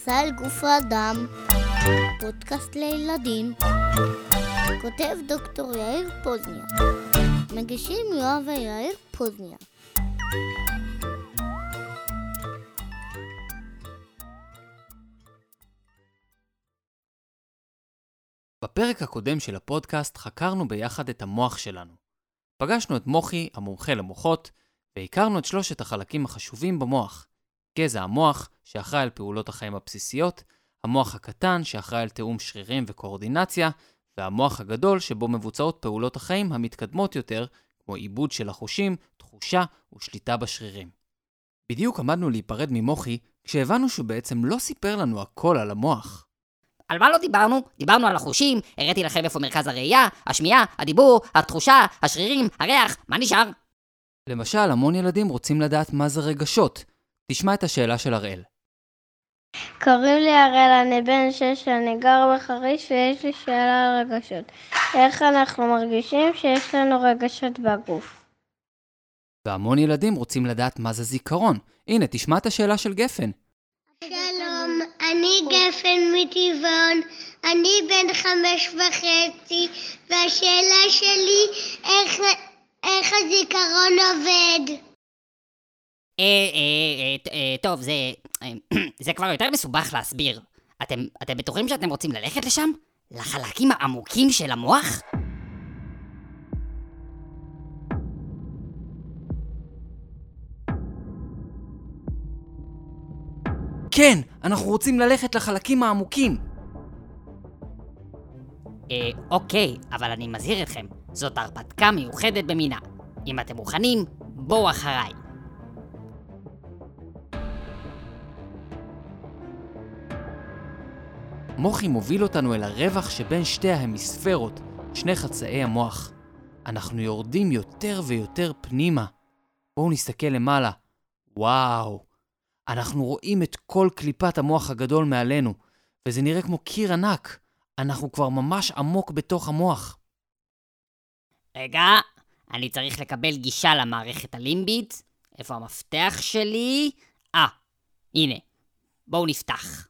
מסע אל גוף האדם, פודקאסט לילדים, כותב דוקטור יאיר פוזניה, מגישים יואב ויאיר פוזניה. בפרק הקודם של הפודקאסט חקרנו ביחד את המוח שלנו. פגשנו את מוחי, המומחה למוחות, והכרנו את שלושת החלקים החשובים במוח. גזע המוח, שאחראי על פעולות החיים הבסיסיות, המוח הקטן, שאחראי על תאום שרירים וקואורדינציה, והמוח הגדול, שבו מבוצעות פעולות החיים המתקדמות יותר, כמו עיבוד של החושים, תחושה ושליטה בשרירים. בדיוק עמדנו להיפרד ממוחי, כשהבנו שהוא בעצם לא סיפר לנו הכל על המוח. על מה לא דיברנו? דיברנו על החושים, הראיתי לכם איפה מרכז הראייה, השמיעה, הדיבור, התחושה, השרירים, הריח, מה נשאר? למשל, המון ילדים רוצים לדעת מה זה רגשות. תשמע את השאלה של הראל. קוראים לי הראל, אני בן 6, אני גר בחריש ויש לי שאלה על רגשות. איך אנחנו מרגישים שיש לנו רגשות בגוף? והמון ילדים רוצים לדעת מה זה זיכרון. הנה, תשמע את השאלה של גפן. שלום, אני גפן מטבעון, אני בן 5.5, והשאלה שלי איך הזיכרון עובד? טוב, זה כבר יותר מסובך להסביר. אתם בטוחים שאתם רוצים ללכת לשם? לחלקים העמוקים של המוח? כן, אנחנו רוצים ללכת לחלקים העמוקים. אוקיי, אבל אני מזהיר אתכם, זאת הרפתקה מיוחדת במינה. אם אתם מוכנים, בואו אחריי. מוחי מוביל אותנו אל הרווח שבין שתי ההמיספרות, שני חצאי המוח. אנחנו יורדים יותר ויותר פנימה. בואו נסתכל למעלה. וואו. אנחנו רואים את כל קליפת המוח הגדול מעלינו, וזה נראה כמו קיר ענק. אנחנו כבר ממש עמוק בתוך המוח. רגע, אני צריך לקבל גישה למערכת הלימבית. איפה המפתח שלי? הנה. בואו נפתח.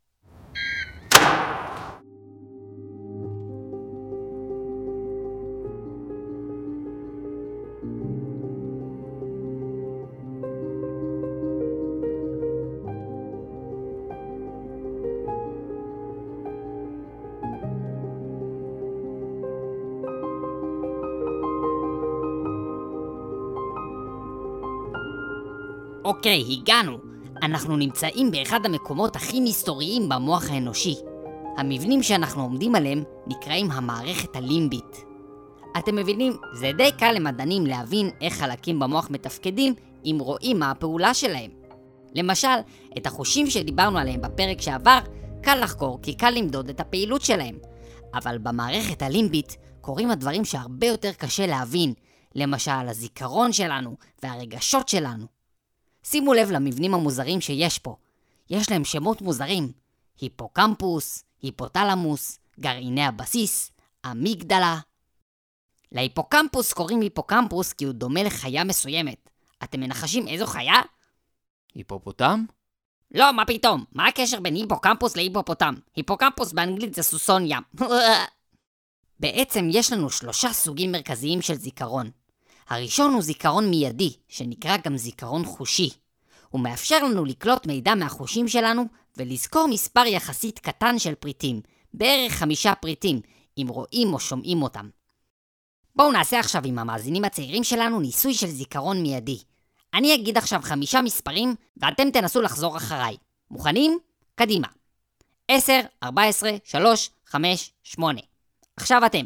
אוקיי, הגענו. אנחנו נמצאים באחד המקומות הכי מסתוריים במוח האנושי. המבנים שאנחנו עומדים עליהם נקראים המערכת הלימבית. אתם מבינים, זה די קל למדענים להבין איך חלקים במוח מתפקדים אם רואים מה הפעולה שלהם. למשל, את החושים שדיברנו עליהם בפרק שעבר, קל לחקור כי קל למדוד את הפעילות שלהם. אבל במערכת הלימבית קורים הדברים שהרבה יותר קשה להבין, למשל הזיכרון שלנו והרגשות שלנו. שימו לב למבנים המוזרים שיש פה. יש להם שמות מוזרים. היפוקמפוס, היפותלמוס, גרעיני הבסיס, אמיגדלה. להיפוקמפוס קוראים היפוקמפוס כי הוא דומה לחיה מסוימת. אתם מנחשים איזו חיה? היפופוטם? לא, מה פתאום? מה הקשר בין היפוקמפוס להיפופוטם? היפוקמפוס באנגלית זה סוסון ים. בעצם יש לנו 3 סוגים מרכזיים של זיכרון. הראשון הוא זיכרון מיידי, שנקרא גם זיכרון חושי. הוא מאפשר לנו לקלוט מידע מהחושים שלנו ולזכור מספר יחסית קטן של פריטים, בערך 5 פריטים, אם רואים או שומעים אותם. בואו נעשה עכשיו עם המאזינים הצעירים שלנו ניסוי של זיכרון מיידי. אני אגיד עכשיו 5 מספרים ואתם תנסו לחזור אחריי. מוכנים? קדימה. 10, 14, 3, 5, 8. עכשיו אתם.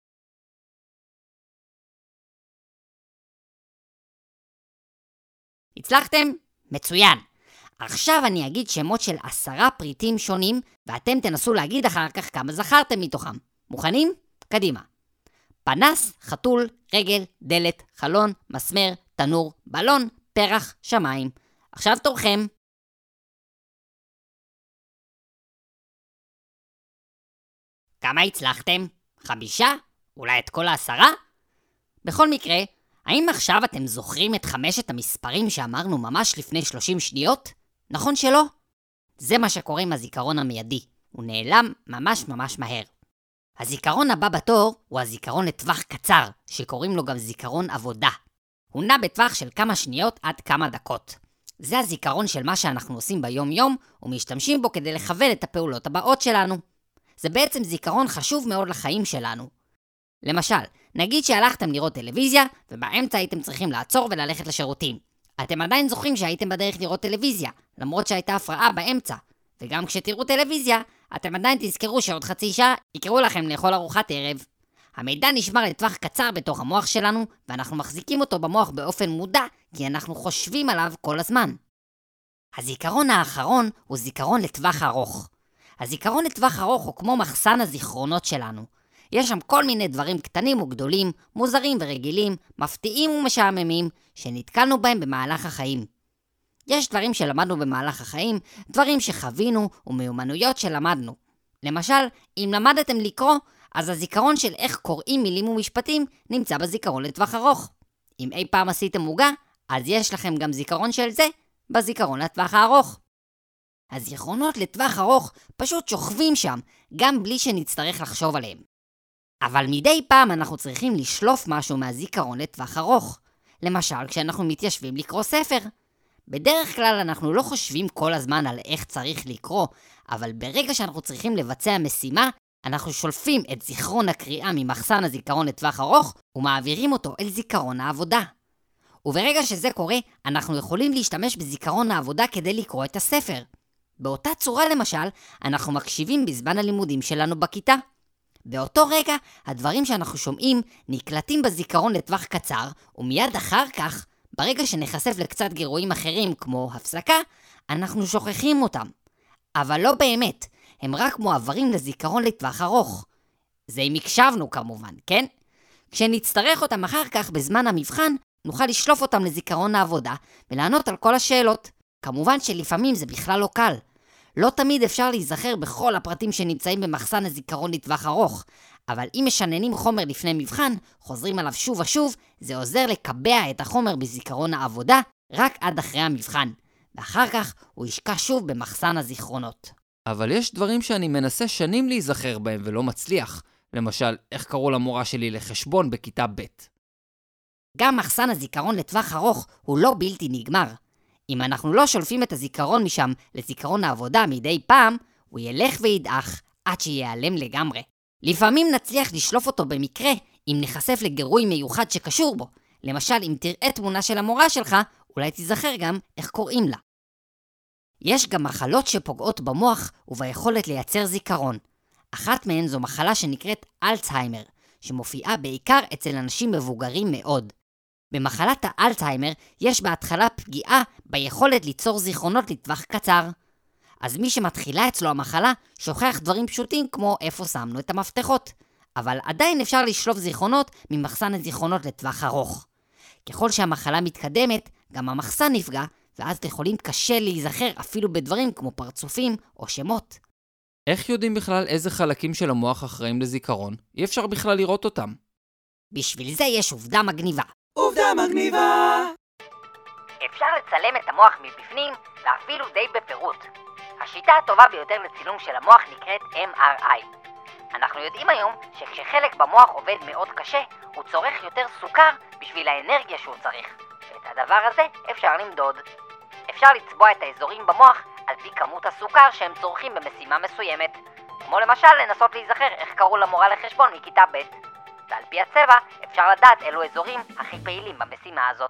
הצלחתם? מצוין. עכשיו אני אגיד שמות של 10 פריטים שונים, ואתם תנסו להגיד אחר כך כמה זכרתם מתוכם. מוכנים? קדימה. פנס, חתול, רגל, דלת, חלון, מסמר, תנור, בלון, פרח, שמיים. עכשיו תורכם. כמה הצלחתם? 5? אולי את כל 10? בכל מקרה, האם עכשיו אתם זוכרים את 5 המספרים שאמרנו ממש לפני 30 שניות? נכון שלא? זה מה שקורה עם הזיכרון המיידי. הוא נעלם ממש מהר. הזיכרון הבא בתור הוא הזיכרון לטווח קצר, שקוראים לו גם זיכרון עבודה. הוא נע בטווח של כמה שניות עד כמה דקות. זה הזיכרון של מה שאנחנו עושים ביום יום, ומשתמשים בו כדי לכוון את הפעולות הבאות שלנו. זה בעצם זיכרון חשוב מאוד לחיים שלנו. למשל, נגיד שהלכתם לראות טלוויזיה, ובאמצע הייתם צריכים לעצור וללכת לשירותים. אתם עדיין זוכרים שהייתם בדרך לראות טלוויזיה, למרות שהייתה הפרעה באמצע. וגם כשתראו טלוויזיה, אתם עדיין תזכרו שעוד חצי שעה יקראו לכם לאכול ארוחת ערב. המידע נשמר לטווח קצר בתוך המוח שלנו, ואנחנו מחזיקים אותו במוח באופן מודע, כי אנחנו חושבים עליו כל הזמן. הזיכרון האחרון הוא זיכרון לטווח ארוך. הזיכרון לטווח ארוך הוא כמו מחסן הזיכרונות שלנו. יש שם כל מיני דברים קטנים וגדולים, מוזרים ורגילים, מפתיעים ומשעממים, שנתקלנו בהם במהלך החיים. יש דברים שלמדנו במהלך החיים, דברים שחווינו ומיומנויות שלמדנו. למשל, אם למדתם לקרוא, אז הזיכרון של איך קוראים מילים ומשפטים נמצא בזיכרון לטווח ארוך. אם אי פעם עשיתם מוגה, אז יש לכם גם זיכרון של זה בזיכרון לטווח הארוך. הזיכרונות לטווח ארוך פשוט שוכבים שם, גם בלי שנצטרך לחשוב עליהם. אבל מדי פעם אנחנו צריכים לשלוף משהו מהזיכרון לטווח ארוך. למשל, כשאנחנו מתיישבים לקרוא ספר. בדרך כלל אנחנו לא חושבים כל הזמן על איך צריך לקרוא, אבל ברגע שאנחנו צריכים לבצע משימה, אנחנו שולפים את זיכרון הקריאה ממחסן הזיכרון לטווח ארוך, ומעבירים אותו אל זיכרון העבודה. וברגע שזה קורה, אנחנו יכולים להשתמש בזיכרון העבודה כדי לקרוא את הספר. באותה צורה למשל, אנחנו מקשיבים בזמן הלימודים שלנו בכיתה. באותו רגע, הדברים שאנחנו שומעים נקלטים בזיכרון לטווח קצר, ומיד אחר כך, ברגע שנחשף לקצת גירויים אחרים כמו הפסקה, אנחנו שוכחים אותם. אבל לא באמת, הם רק מועברים לזיכרון לטווח ארוך. זה אם הקשבנו כמובן, כן? כשנצטרך אותם אחר כך בזמן המבחן, נוכל לשלוף אותם לזיכרון העבודה ולענות על כל השאלות. כמובן שלפעמים זה בכלל לא קל. לא תמיד אפשר להיזכר בכל הפרטים שנמצאים במחסן הזיכרון לטווח ארוך, אבל אם משננים חומר לפני מבחן, חוזרים עליו שוב ושוב, זה עוזר לקבע את החומר בזיכרון העבודה רק עד אחרי המבחן, ואחר כך הוא ישקע שוב במחסן הזיכרונות. אבל יש דברים שאני מנסה שנים להיזכר בהם ולא מצליח. למשל, איך קראו למורה שלי לחשבון בכיתה ב'. גם מחסן הזיכרון לטווח ארוך הוא לא בלתי נגמר. אם אנחנו לא שולפים את הזיכרון משם לזיכרון העבודה מדי פעם, הוא ילך וידעך עד שיעלם לגמרי. לפעמים נצליח לשלוף אותו במקרה אם נחשף לגירוי מיוחד שקשור בו. למשל, אם תראה תמונה של המורה שלך, אולי תיזכר גם איך קוראים לה. יש גם מחלות שפוגעות במוח וביכולת לייצר זיכרון. אחת מהן זו מחלה שנקראת אלצהיימר, שמופיעה בעיקר אצל אנשים מבוגרים מאוד. במחלת האלצהיימר יש בהתחלה פגיעה ביכולת ליצור זיכרונות לטווח קצר. אז מי שמתחילה אצלו המחלה שוכח דברים פשוטים כמו איפה שמנו את המפתחות. אבל עדיין אפשר לשלוף זיכרונות ממחסן הזיכרונות לטווח ארוך. ככל שהמחלה מתקדמת, גם המחסן נפגע, ואז יכולים קשה להיזכר אפילו בדברים כמו פרצופים או שמות. איך יודעים בכלל איזה חלקים של המוח אחראים לזיכרון? אי אפשר בכלל לראות אותם. בשביל זה יש עובדה מגניבה. עובדה מגניבה! אפשר לצלם את המוח מבפנים ואפילו די בפירוט. השיטה הטובה ביותר לצילום של המוח נקראת MRI. אנחנו יודעים היום שכשחלק במוח עובד מאוד קשה, הוא צורך יותר סוכר בשביל האנרגיה שהוא צריך. ואת הדבר הזה אפשר למדוד. אפשר לצבוע את האזורים במוח על פי כמות הסוכר שהם צורכים במשימה מסוימת. כמו למשל לנסות להיזכר איך קראו למורה לחשבון מכיתה ב'. ועל פי הצבע אפשר לדעת אילו אזורים הכי פעילים במשימה הזאת.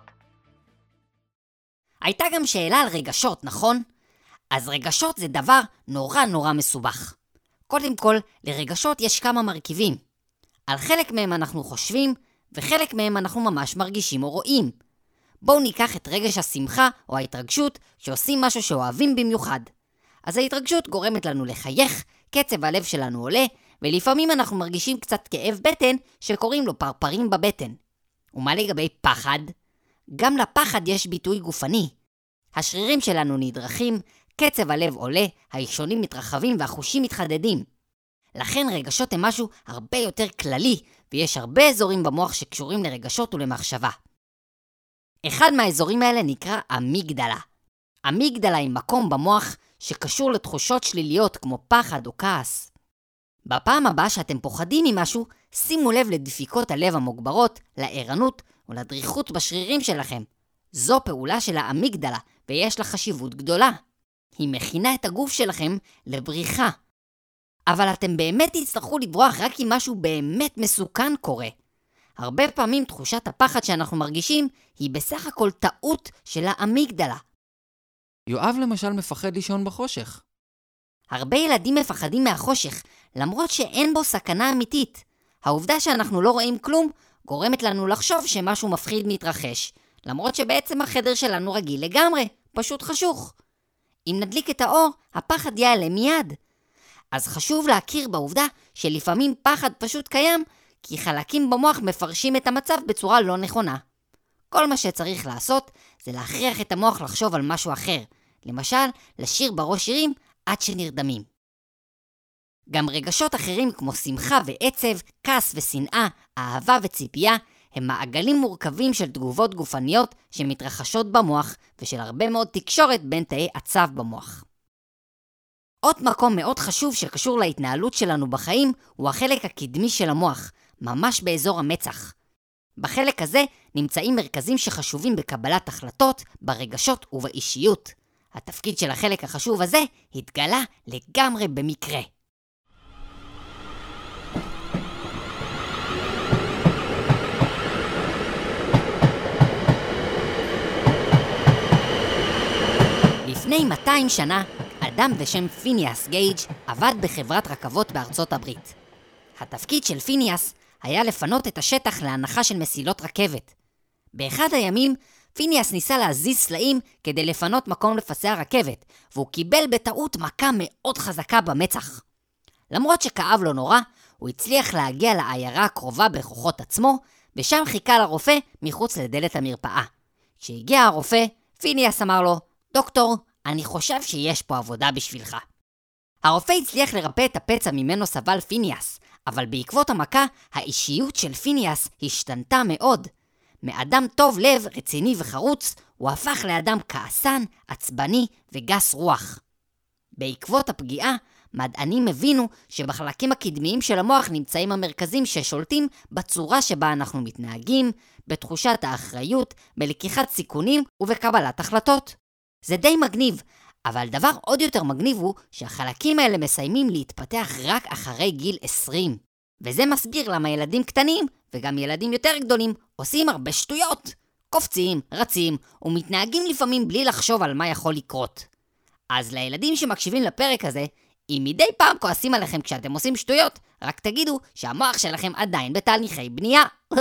הייתה גם שאלה על רגשות, נכון? אז רגשות זה דבר נורא מסובך. קודם כל, לרגשות יש כמה מרכיבים. על חלק מהם אנחנו חושבים, וחלק מהם אנחנו ממש מרגישים או רואים. בואו ניקח את רגש השמחה או ההתרגשות שעושים משהו שאוהבים במיוחד. אז ההתרגשות גורמת לנו לחייך, קצב הלב שלנו עולה, ולפעמים אנחנו מרגישים קצת כאב בטן שקוראים לו פרפרים בבטן. ומה לגבי פחד? גם לפחד יש ביטוי גופני. השרירים שלנו נדרכים, קצב הלב עולה, האישונים מתרחבים והחושים מתחדדים. לכן רגשות הם משהו הרבה יותר כללי, ויש הרבה אזורים במוח שקשורים לרגשות ולמחשבה. אחד מהאזורים האלה נקרא אמיגדלה. אמיגדלה היא מקום במוח שקשור לתחושות שליליות כמו פחד או כעס. בפעם הבאה שאתם פוחדים ממשהו, שימו לב לדפיקות הלב המוגברות, לערנות ולדריכות בשרירים שלכם. זו פעולה של האמיגדלה ויש לה חשיבות גדולה. היא מכינה את הגוף שלכם לבריחה. אבל אתם באמת תצטרכו לברוח רק אם משהו באמת מסוכן קורה. הרבה פעמים תחושת הפחד שאנחנו מרגישים היא בסך הכל טעות של האמיגדלה. יואב למשל מפחד לישון בחושך. הרבה ילדים מפחדים מהחושך, למרות שאין בו סכנה אמיתית. העובדה שאנחנו לא רואים כלום גורמת לנו לחשוב שמשהו מפחיד מתרחש, למרות שבעצם החדר שלנו רגיל לגמרי, פשוט חשוך. אם נדליק את האור, הפחד יעלה מיד. אז חשוב להכיר בעובדה שלפעמים פחד פשוט קיים, כי חלקים במוח מפרשים את המצב בצורה לא נכונה. כל מה שצריך לעשות זה להכריח את המוח לחשוב על משהו אחר, למשל, לשיר בראש שירים עד שנרדמים. גם רגשות אחרים כמו שמחה ועצב, כעס ושנאה, אהבה וציפייה, הם מעגלים מורכבים של תגובות גופניות שמתרחשות במוח ושל הרבה מאוד תקשורת בין תאי עצב במוח. עוד מקום מאוד חשוב שקשור להתנהלות שלנו בחיים הוא החלק הקדמי של המוח, ממש באזור המצח. בחלק הזה נמצאים מרכזים שחשובים בקבלת החלטות, ברגשות ובאישיות. התפקיד של החלק החשוב הזה התגלה לגמרי במקרה. לפני 200 שנה, אדם בשם פיניאס גייג' עבד בחברת רכבות בארצות הברית. התפקיד של פיניאס היה לפנות את השטח להנחה של מסילות רכבת. באחד הימים, פיניאס ניסה להזיז סלעים כדי לפנות מקום לפסי הרכבת, והוא קיבל בטעות מכה מאוד חזקה במצח. למרות שכאב לו נורא, הוא הצליח להגיע לעיירה הקרובה בכוחות עצמו, ושם חיכה לרופא מחוץ לדלת המרפאה. כשהגיע הרופא, פיניאס אמר לו, דוקטור, אני חושב שיש פה עבודה בשבילך. הרופא הצליח לרפא את הפצע ממנו סבל פיניאס, אבל בעקבות המכה, האישיות של פיניאס השתנתה מאוד. מאדם טוב לב, רציני וחרוץ, הוא הפך לאדם כעסן, עצבני וגס רוח. בעקבות הפגיעה, מדענים הבינו שבחלקים הקדמיים של המוח נמצאים המרכזים ששולטים בצורה שבה אנחנו מתנהגים, בתחושת האחריות, בלקיחת סיכונים ובקבלת החלטות. זה די מגניב, אבל דבר עוד יותר מגניב הוא שהחלקים האלה מסיימים להתפתח רק אחרי גיל 20. וזה מסביר למה ילדים קטנים וגם ילדים יותר גדולים עושים הרבה שטויות. קופצים, רצים ומתנהגים לפעמים בלי לחשוב על מה יכול לקרות. אז לילדים שמקשיבים לפרק הזה, אם מדי פעם כועסים עליכם כשאתם עושים שטויות, רק תגידו שהמוח שלכם עדיין בתהליכי בנייה.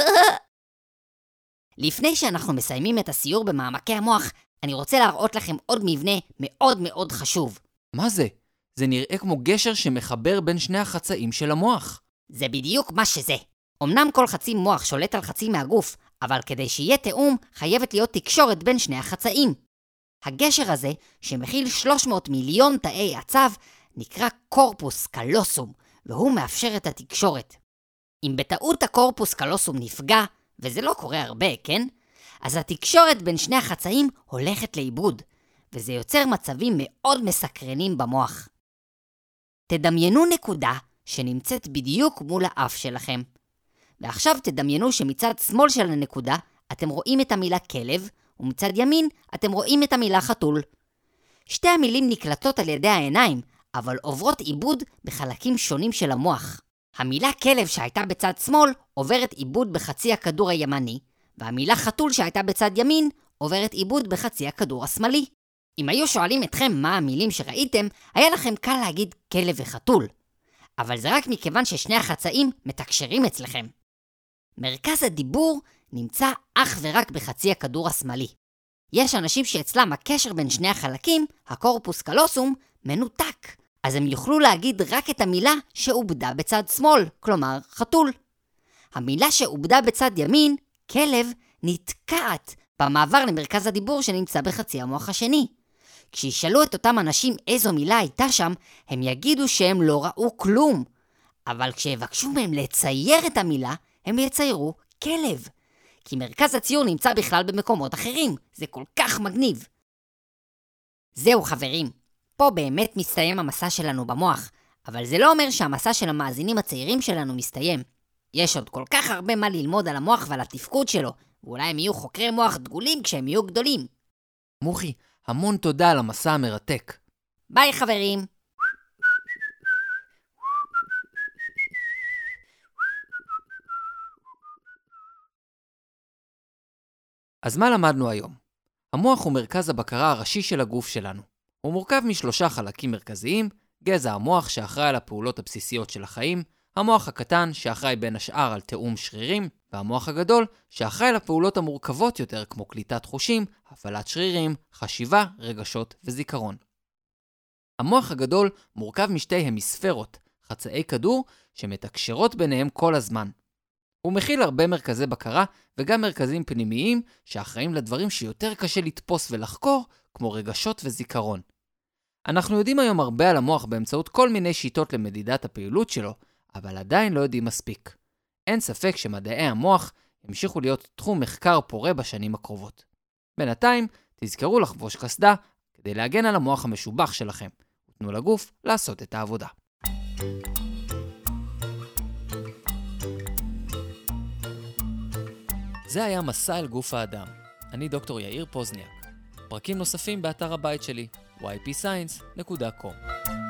לפני שאנחנו מסיימים את הסיור במעמקי המוח, אני רוצה להראות לכם עוד מבנה מאוד מאוד חשוב. מה זה? זה נראה כמו גשר שמחבר בין שני החצאים של המוח. זה בדיוק מה שזה. אמנם כל חצי מוח שולט על חצי מהגוף, אבל כדי שיהיה תאום, חייבת להיות תקשורת בין שני החצאים. הגשר הזה, שמכיל 300 מיליון תאי עצב, נקרא קורפוס קלוסום, והוא מאפשר את התקשורת. אם בטעות הקורפוס קלוסום נפגע, וזה לא קורה הרבה, כן? אז התקשורת בין שני החצאים הולכת לאיבוד, וזה יוצר מצבים מאוד מסקרנים במוח. תדמיינו נקודה שנמצאת בדיוק מול האף שלכם. ועכשיו תדמיינו שמצד שמאל של הנקודה אתם רואים את המילה כלב, ומצד ימין אתם רואים את המילה חתול. שתי המילים נקלטות על ידי העיניים, אבל עוברות איבוד בחלקים שונים של המוח. המילה כלב שהייתה בצד שמאל עוברת איבוד בחצי הכדור הימני, והמילה חתול שהייתה בצד ימין עוברת איבוד בחצי הכדור השמאלי. אם היו שואלים אתכם מה המילים שראיתם, היה לכם קל להגיד כלב וחתול. אבל זה רק מכיוון ששני החצאים מתקשרים אצלכם. מרכז הדיבור נמצא אך ורק בחצי הכדור השמאלי. יש אנשים שאצלם הקשר בין שני החלקים, הקורפוס קלוסום, מנותק. אז הם יוכלו להגיד רק את המילה שעובדה בצד שמאל, כלומר חתול. המילה שעובדה בצד ימין, כלב, נתקעת במעבר למרכז הדיבור שנמצא בחצי המוח השני. כשישאלו את אותם אנשים איזו מילה הייתה שם, הם יגידו שהם לא ראו כלום. אבל כשיבקשו מהם לצייר את המילה, הם יציירו כלב. כי מרכז הציור נמצא בכלל במקומות אחרים. זה כל כך מגניב. זהו חברים, פה באמת מסתיים המסע שלנו במוח, אבל זה לא אומר שהמסע של המאזינים הצעירים שלנו מסתיים. יש עוד כל כך הרבה מה ללמוד על המוח ועל התפקוד שלו, ואולי הם יהיו חוקרי מוח דגולים כשהם יהיו גדולים. מוחי, המון תודה על המסע המרתק. ביי חברים! אז מה למדנו היום? המוח הוא מרכז הבקרה הראשי של הגוף שלנו. הוא מורכב מ3 חלקים מרכזיים, גזע המוח שאחראי על הפעולות הבסיסיות של החיים, המוח הקטן שאחראי בין השאר על תאום שרירים, והמוח הגדול שאחראי על הפעולות המורכבות יותר כמו קליטת חושים, הפעלת שרירים, חשיבה, רגשות וזיכרון. המוח הגדול מורכב משתי המיספרות, חצאי כדור שמתקשרות ביניהם כל הזמן. הוא מכיל הרבה מרכזי בקרה וגם מרכזים פנימיים שאחראים לדברים שיותר קשה לתפוס ולחקור, כמו רגשות וזיכרון. אנחנו יודעים היום הרבה על המוח באמצעות כל מיני שיטות למדידת הפעילות שלו, אבל עדיין לא יודעים מספיק. אין ספק שמדעי המוח ימשיכו להיות תחום מחקר פורה בשנים הקרובות. בינתיים, תזכרו לחבוש קסדה כדי להגן על המוח המשובח שלכם, ותנו לגוף לעשות את העבודה. זה היה מסע אל גוף האדם. אני דוקטור יאיר פוזניאק. פרקים נוספים באתר הבית שלי, ypscience.com.